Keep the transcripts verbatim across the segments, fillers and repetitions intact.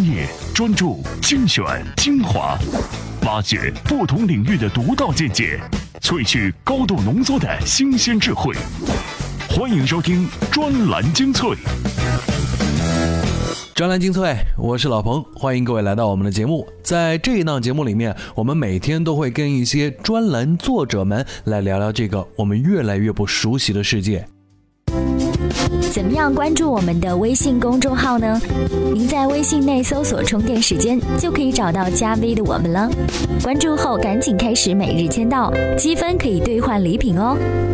业，专注精选精华，挖掘不同领域的独到见解，萃取高度浓缩的新鲜智慧。欢迎收听专栏精粹。 专栏精粹，我是老彭，欢迎各位来到我们的节目。在这一档节目里面，我们每天都会跟一些专栏作者们来聊聊这个我们越来越不熟悉的世界。 怎么样关注我们的微信公众号呢？您在微信内搜索充电时间，就可以找到加 V 的我们了。关注后赶紧开始每日签到，积分可以兑换礼品哦。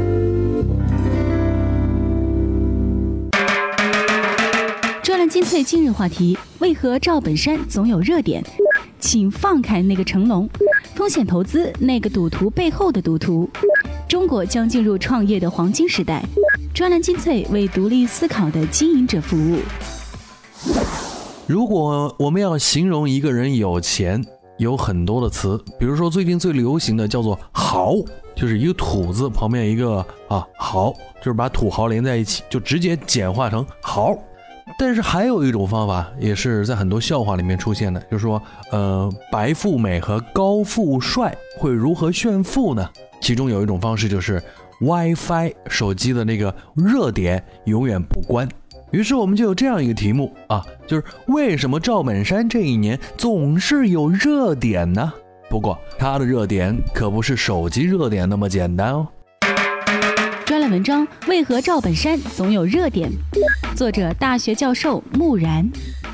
专栏精粹今日话题：为何赵本山总有热点？请放开那个成龙。风险投资，那个赌徒背后的赌徒。中国将进入创业的黄金时代。专栏精粹为独立思考的经营者服务。 如果我们要形容一个人有钱，有很多的词，比如说最近最流行的叫做豪，就是一个土字旁边一个啊豪，就是把土豪连在一起，就直接简化成豪。但是还有一种方法，也是在很多笑话里面出现的，就是说呃，白富美和高富帅会如何炫富呢？其中有一种方式就是 WiFi 手机的那个热点永远不关。于是我们就有这样一个题目啊，就是为什么赵本山这一年总是有热点呢？不过他的热点可不是手机热点那么简单哦。 专栏文章：为何赵本山总有热点？作者：大学教授木然。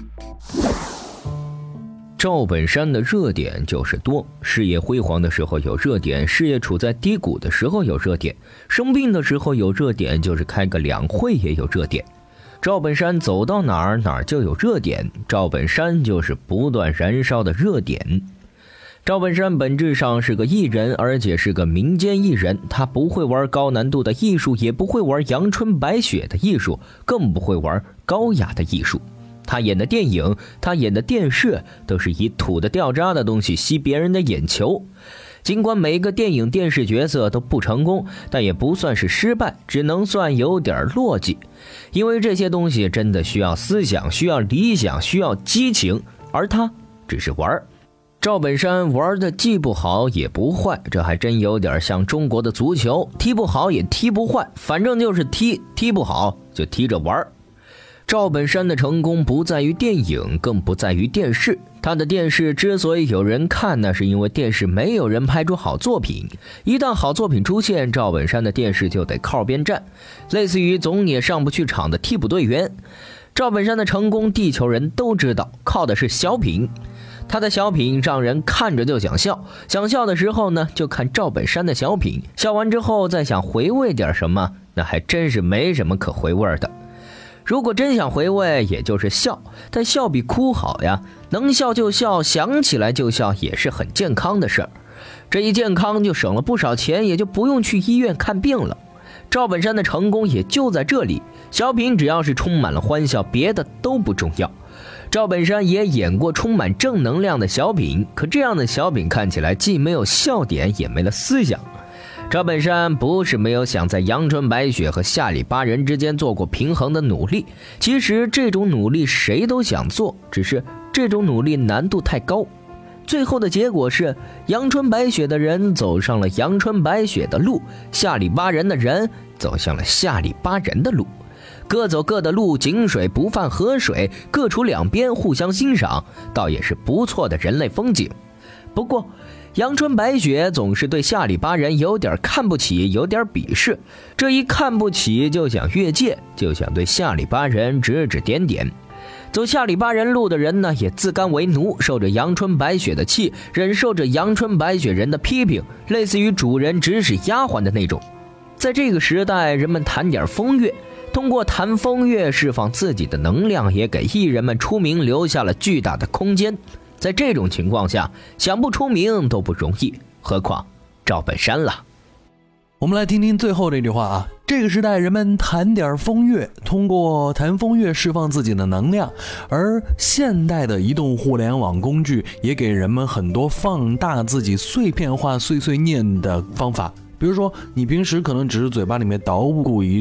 赵本山的热点就是多，事业辉煌的时候有热点，事业处在低谷的时候有热点，生病的时候有热点，就是开个两会也有热点。赵本山走到哪儿哪儿就有热点，赵本山就是不断燃烧的热点。赵本山本质上是个艺人，而且是个民间艺人，他不会玩高难度的艺术，也不会玩阳春白雪的艺术，更不会玩高雅的艺术。他演的电影，他演的电视，都是以土的掉渣的东西吸别人的眼球。尽管每个电影电视角色都不成功，但也不算是失败，只能算有点落寂。因为这些东西真的需要思想，需要理想，需要激情，而他只是玩。赵本山玩的既不好也不坏，这还真有点像中国的足球，踢不好也踢不坏，反正就是踢，踢不好就踢着玩。赵本山的成功不在于电影，更不在于电视。他的电视之所以有人看，那是因为电视没有人拍出好作品。一旦好作品出现，赵本山的电视就得靠边站，类似于总也上不去场的替补队员。赵本山的成功，地球人都知道，靠的是小品。他的小品让人看着就想笑，想笑的时候呢，就看赵本山的小品，笑完之后再想回味点什么，那还真是没什么可回味的。如果真想回味，也就是笑，但笑比哭好呀，能笑就笑，想起来就笑，也是很健康的事儿。这一健康就省了不少钱，也就不用去医院看病了。赵本山的成功也就在这里，小品只要是充满了欢笑，别的都不重要。赵本山也演过充满正能量的小品，可这样的小品看起来既没有笑点，也没了思想。赵本山不是没有想在阳春白雪和下里巴人之间做过平衡的努力，其实这种努力谁都想做，只是这种努力难度太高。最后的结果是，阳春白雪的人走上了阳春白雪的路，下里巴人的人走向了下里巴人的路。各走各的路，井水不犯河水，各处两边互相欣赏，倒也是不错的人类风景。不过阳春白雪总是对下里巴人有点看不起，有点鄙视，这一看不起就想越界，就想对下里巴人指指点点。走下里巴人路的人呢，也自甘为奴，受着阳春白雪的气，忍受着阳春白雪人的批评，类似于主人指使丫鬟的那种。在这个时代，人们谈点风月，通过谈风月释放自己的能量，也给艺人们出名留下了巨大的空间。在这种情况下，想不出名都不容易，何况赵本山了。 我们来听听最后这句话啊，这个时代人们谈点风月，通过谈风月释放自己的能量，而现代的移动互联网工具也给人们很多放大自己碎片化碎碎念的方法。比如说你平时可能只是嘴巴里面捣鼓一句，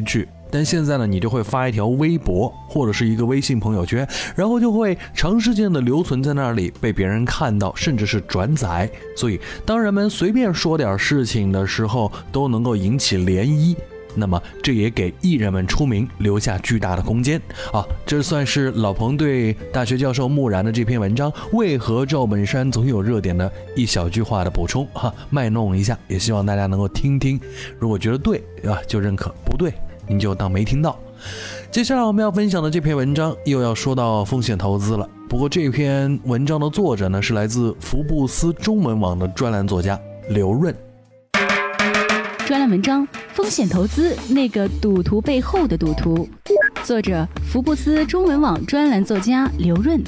但现在呢，你就会发一条微博或者是一个微信朋友圈，然后就会长时间的留存在那里，被别人看到，甚至是转载。所以当人们随便说点事情的时候，都能够引起涟漪。那么这也给艺人们出名留下巨大的空间啊！这算是老彭对大学教授木然的这篇文章为何赵本山总有热点的一小句话的补充哈、啊，卖弄一下，也希望大家能够听听，如果觉得对啊就认可，不对你就当没听到。接下来我们要分享的这篇文章又要说到风险投资了，不过这篇文章的作者呢是来自福布斯中文网的专栏作家刘润。 专栏文章：风险投资，那个赌徒背后的赌徒。作者：福布斯中文网专栏作家刘润。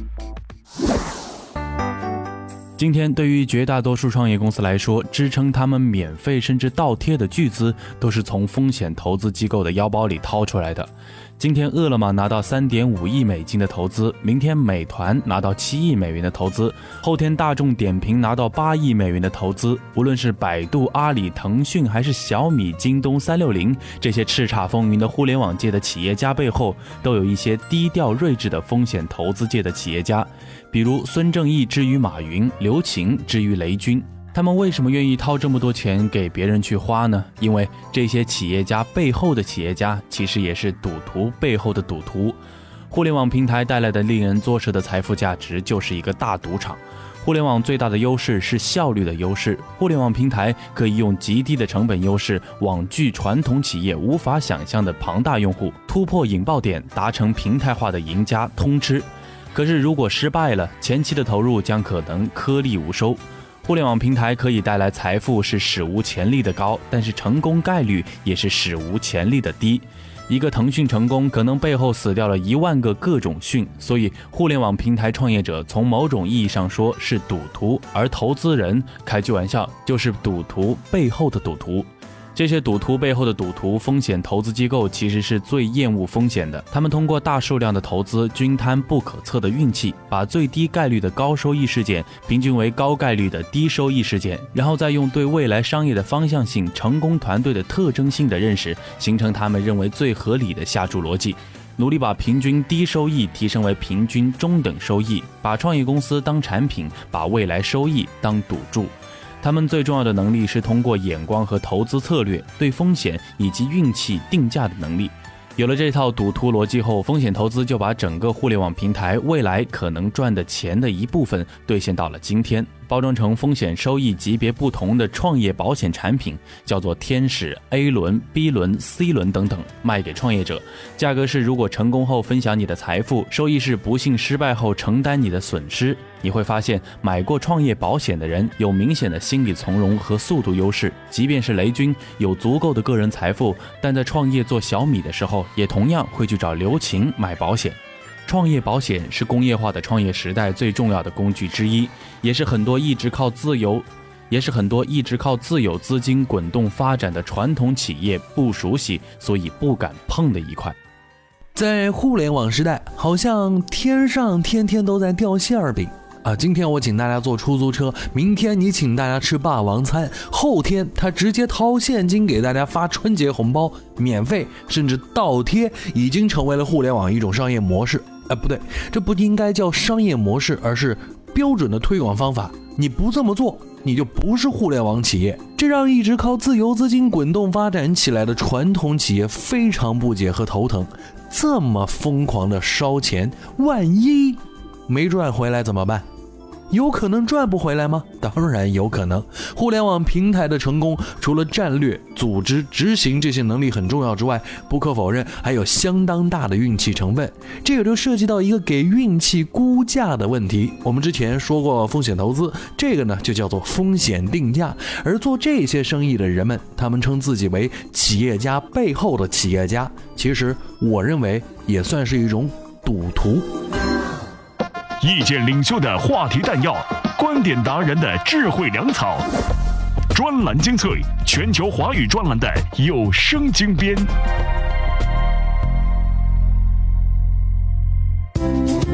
今天对于绝大多数创业公司来说，支撑他们免费甚至倒贴的巨资，都是从风险投资机构的腰包里掏出来的。今天饿了么拿到 三点五亿美金的投资，明天美团拿到七亿美元的投资，后天大众点评拿到八亿美元的投资。无论是百度、阿里、腾讯还是小米、京东、三六零，这些叱咤风云的互联网界的企业家背后，都有一些低调睿智的风险投资界的企业家，比如孙正义之于马云，刘擎之于雷军。他们为什么愿意掏这么多钱给别人去花呢？因为这些企业家背后的企业家其实也是赌徒背后的赌徒。互联网平台带来的令人作舌的财富价值就是一个大赌场。互联网最大的优势是效率的优势，互联网平台可以用极低的成本优势网聚传统企业无法想象的庞大用户，突破引爆点，达成平台化的赢家通吃。可是如果失败了，前期的投入将可能颗粒无收。互联网平台可以带来财富是史无前例的高，但是成功概率也是史无前例的低。一个腾讯成功，可能背后死掉了一万个各种讯，所以互联网平台创业者从某种意义上说是赌徒，而投资人开句玩笑就是赌徒背后的赌徒。这些赌徒背后的赌徒，风险投资机构其实是最厌恶风险的。他们通过大数量的投资，均摊不可测的运气，把最低概率的高收益事件平均为高概率的低收益事件，然后再用对未来商业的方向性、成功团队的特征性的认识，形成他们认为最合理的下注逻辑，努力把平均低收益提升为平均中等收益，把创业公司当产品，把未来收益当赌注。他们最重要的能力是通过眼光和投资策略对风险以及运气定价的能力。有了这套赌徒逻辑后，风险投资就把整个互联网平台未来可能赚的钱的一部分兑现到了今天，包装成风险收益级别不同的创业保险产品，叫做天使 A 轮、B 轮、C 轮等等，卖给创业者。价格是如果成功后分享你的财富，收益是不幸失败后承担你的损失。你会发现买过创业保险的人有明显的心理从容和速度优势，即便是雷军有足够的个人财富，但在创业做小米的时候也同样会去找刘擎买保险。创业保险是工业化的创业时代最重要的工具之一，也是很多一直靠自由也是很多一直靠自有资金滚动发展的传统企业不熟悉，所以不敢碰的一块。 在互联网时代，好像天上天天都在掉馅儿饼啊！今天我请大家坐出租车，明天你请大家吃霸王餐，后天他直接掏现金给大家发春节红包，免费甚至倒贴，已经成为了互联网一种商业模式。啊，不对，这不应该叫商业模式，而是标准的推广方法。你不这么做，你就不是互联网企业。这让一直靠自由资金滚动发展起来的传统企业非常不解和头疼。这么疯狂的烧钱，万一没赚回来怎么办？有可能赚不回来吗？当然有可能。互联网平台的成功，除了战略、组织、执行这些能力很重要之外，不可否认还有相当大的运气成分。这个就涉及到一个给运气估价的问题。我们之前说过风险投资，这个呢就叫做风险定价。而做这些生意的人们，他们称自己为企业家背后的企业家，其实我认为也算是一种赌徒。 意见领袖的话题弹药，观点达人的智慧粮草，专栏精粹，全球华语专栏的有声精编。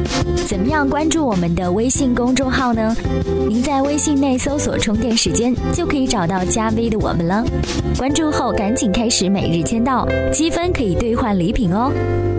怎么样关注我们的微信公众号呢？您在微信内搜索充电时间就可以找到加 V 的我们了。关注后赶紧开始每日签到，积分可以兑换礼品哦。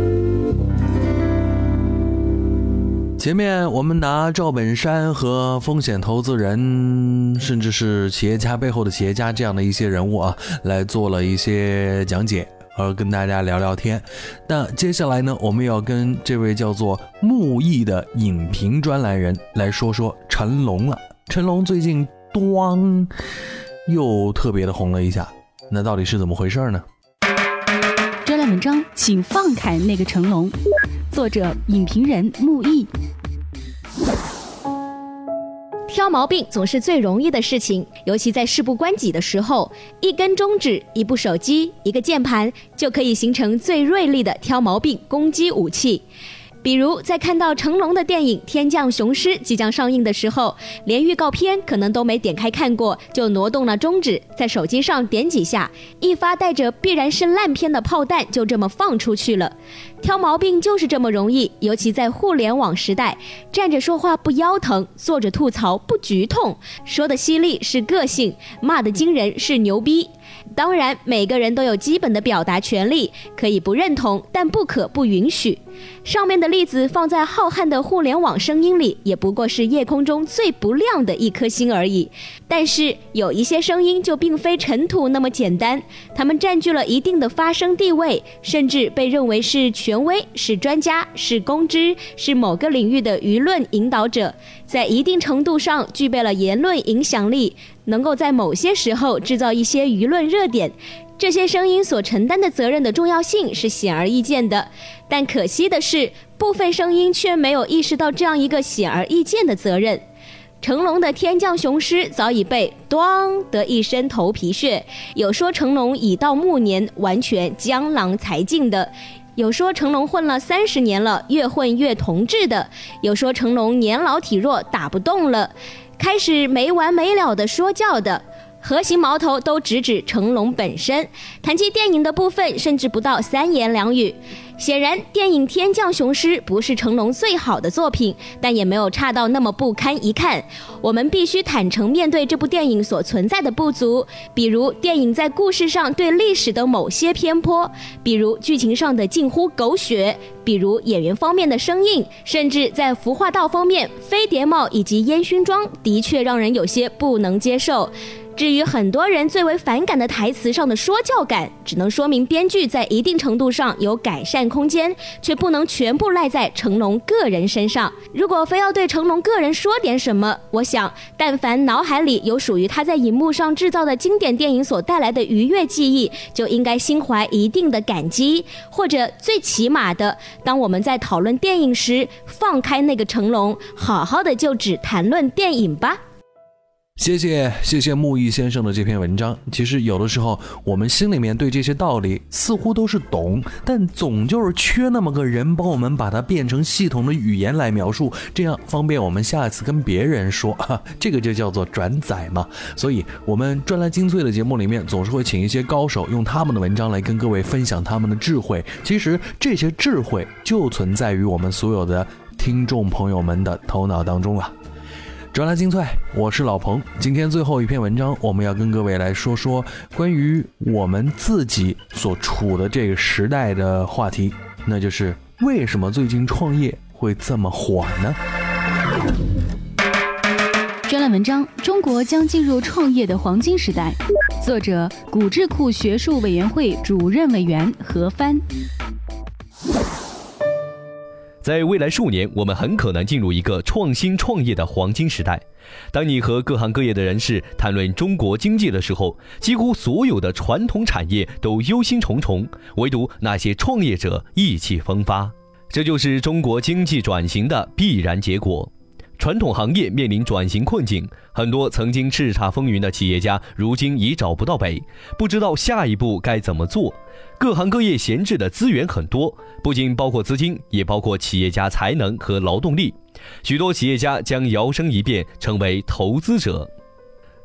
前面我们拿赵本山和风险投资人，甚至是企业家背后的企业家这样的一些人物啊，来做了一些讲解，而跟大家聊聊天。那接下来呢，我们要跟这位叫做木易的影评专栏人来说说成龙了。成龙最近咣又特别的红了一下，那到底是怎么回事呢？ 专栏文章，请放开那个成龙，作者影评人木易。 挑毛病总是最容易的事情，尤其在事不关己的时候，一根中指、一部手机、一个键盘就可以形成最锐利的挑毛病攻击武器。比如在看到成龙的电影《天降雄狮》即将上映的时候，连预告片可能都没点开看过，就挪动了中指，在手机上点几下，一发带着必然是烂片的炮弹就这么放出去了。挑毛病就是这么容易，尤其在互联网时代，站着说话不腰疼，坐着吐槽不局痛，说的犀利是个性，骂的惊人是牛逼。当然每个人都有基本的表达权利，可以不认同，但不可不允许。上面的例子放在浩瀚的互联网声音里，也不过是夜空中最不亮的一颗星而已。但是有一些声音就并非尘土那么简单，他们占据了一定的发声地位，甚至被认为是权威，是专家，是公知，是某个领域的舆论引导者，在一定程度上具备了言论影响力，能够在某些时候制造一些舆论热点。这些声音所承担的责任的重要性是显而易见的，但可惜的是，部分声音却没有意识到这样一个显而易见的责任。成龙的《天降雄狮》早已被咣的一身头皮屑，有说成龙已到暮年完全江郎才尽的，有说成龙混了三十年了，越混越同志的，有说成龙年老体弱打不动了，开始没完没了的说教的。核心矛头都直指成龙本身，谈及电影的部分甚至不到三言两语。显然电影《天降雄狮》不是成龙最好的作品，但也没有差到那么不堪一看。我们必须坦诚面对这部电影所存在的不足，比如电影在故事上对历史的某些偏颇，比如剧情上的近乎狗血，比如演员方面的生硬，甚至在服化道方面，飞碟帽以及烟熏妆的确让人有些不能接受。至于很多人最为反感的台词上的说教感，只能说明编剧在一定程度上有改善空间，却不能全部赖在成龙个人身上。如果非要对成龙个人说点什么，我想但凡脑海里有属于他在荧幕上制造的经典电影所带来的愉悦记忆，就应该心怀一定的感激，或者最起码的，当我们在讨论电影时，放开那个成龙，好好的就只谈论电影吧。 谢谢谢谢木易先生的这篇文章。其实有的时候我们心里面对这些道理似乎都是懂，但总就是缺那么个人帮我们把它变成系统的语言来描述，这样方便我们下次跟别人说、啊、这个就叫做转载嘛。所以我们专栏精粹的节目里面总是会请一些高手，用他们的文章来跟各位分享他们的智慧。其实这些智慧就存在于我们所有的听众朋友们的头脑当中了。专栏精粹，我是老彭。今天最后一篇文章，我们要跟各位来说说关于我们自己所处的这个时代的话题，那就是为什么最近创业会这么火呢？ 专栏文章：中国将进入创业的黄金时代，作者：古智库学术委员会主任委员何帆。 在未来数年，我们很可能进入一个创新创业的黄金时代。当你和各行各业的人士谈论中国经济的时候，几乎所有的传统产业都忧心忡忡，唯独那些创业者意气风发。这就是中国经济转型的必然结果。传统行业面临转型困境，很多曾经叱咤风云的企业家如今已找不到北，不知道下一步该怎么做。各行各业闲置的资源很多，不仅包括资金，也包括企业家才能和劳动力。许多企业家将摇身一变成为投资者。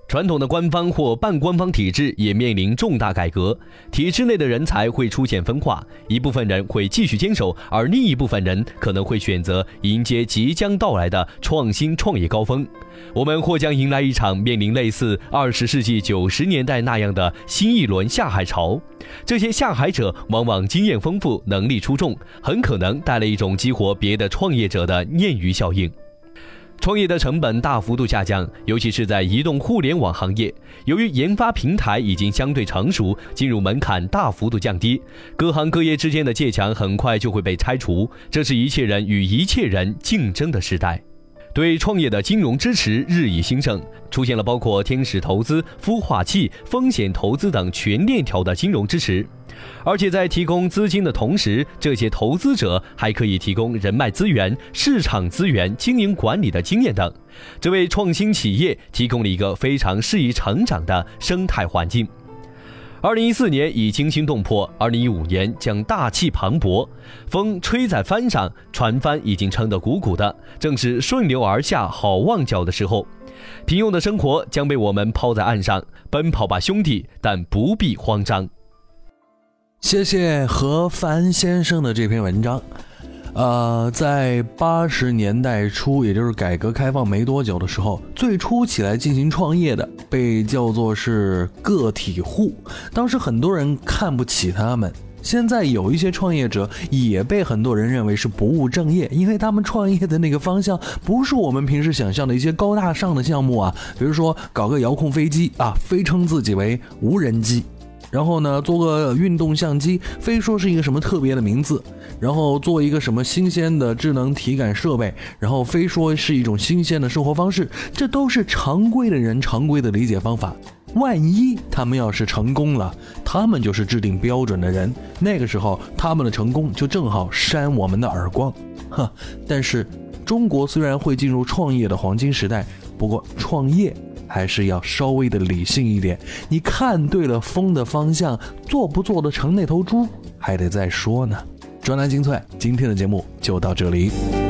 传统的官方或半官方体制也面临重大改革，体制内的人才会出现分化，一部分人会继续坚守，而另一部分人可能会选择迎接即将到来的创新创业高峰。我们或将迎来一场面临类似二十世纪九十年代那样的新一轮下海潮。这些下海者往往经验丰富，能力出众，很可能带来一种激活别的创业者的鲶鱼效应。创业的成本大幅度下降，尤其是在移动互联网行业，由于研发平台已经相对成熟，进入门槛大幅度降低，各行各业之间的界墙很快就会被拆除，这是一切人与一切人竞争的时代。对创业的金融支持日益兴盛，出现了包括天使投资、孵化器、风险投资等全链条的金融支持。而且在提供资金的同时，这些投资者还可以提供人脉资源、市场资源、经营管理的经验等，这为创新企业提供了一个非常适宜成长的生态环境。二零一四年已惊心动魄，二零一五年将大气磅礴，风吹在帆上，船帆已经撑得鼓鼓的，正是顺流而下好望角的时候。平庸的生活将被我们抛在岸上，奔跑吧兄弟，但不必慌张。 谢谢何凡先生的这篇文章。呃，在八十年代初，也就是改革开放没多久的时候，最初起来进行创业的被叫做是个体户，当时很多人看不起他们。现在有一些创业者也被很多人认为是不务正业，因为他们创业的那个方向不是我们平时想象的一些高大上的项目啊，比如说搞个遥控飞机啊，非称自己为无人机，然后呢做个运动相机，非说是一个什么特别的名字，然后做一个什么新鲜的智能体感设备，然后非说是一种新鲜的生活方式，这都是常规的人常规的理解方法。万一他们要是成功了，他们就是制定标准的人，那个时候他们的成功就正好扇我们的耳光。呵，但是中国虽然会进入创业的黄金时代，不过创业还是要稍微的理性一点，你看对了风的方向，做不做得成那头猪还得再说呢。专栏精粹，今天的节目就到这里。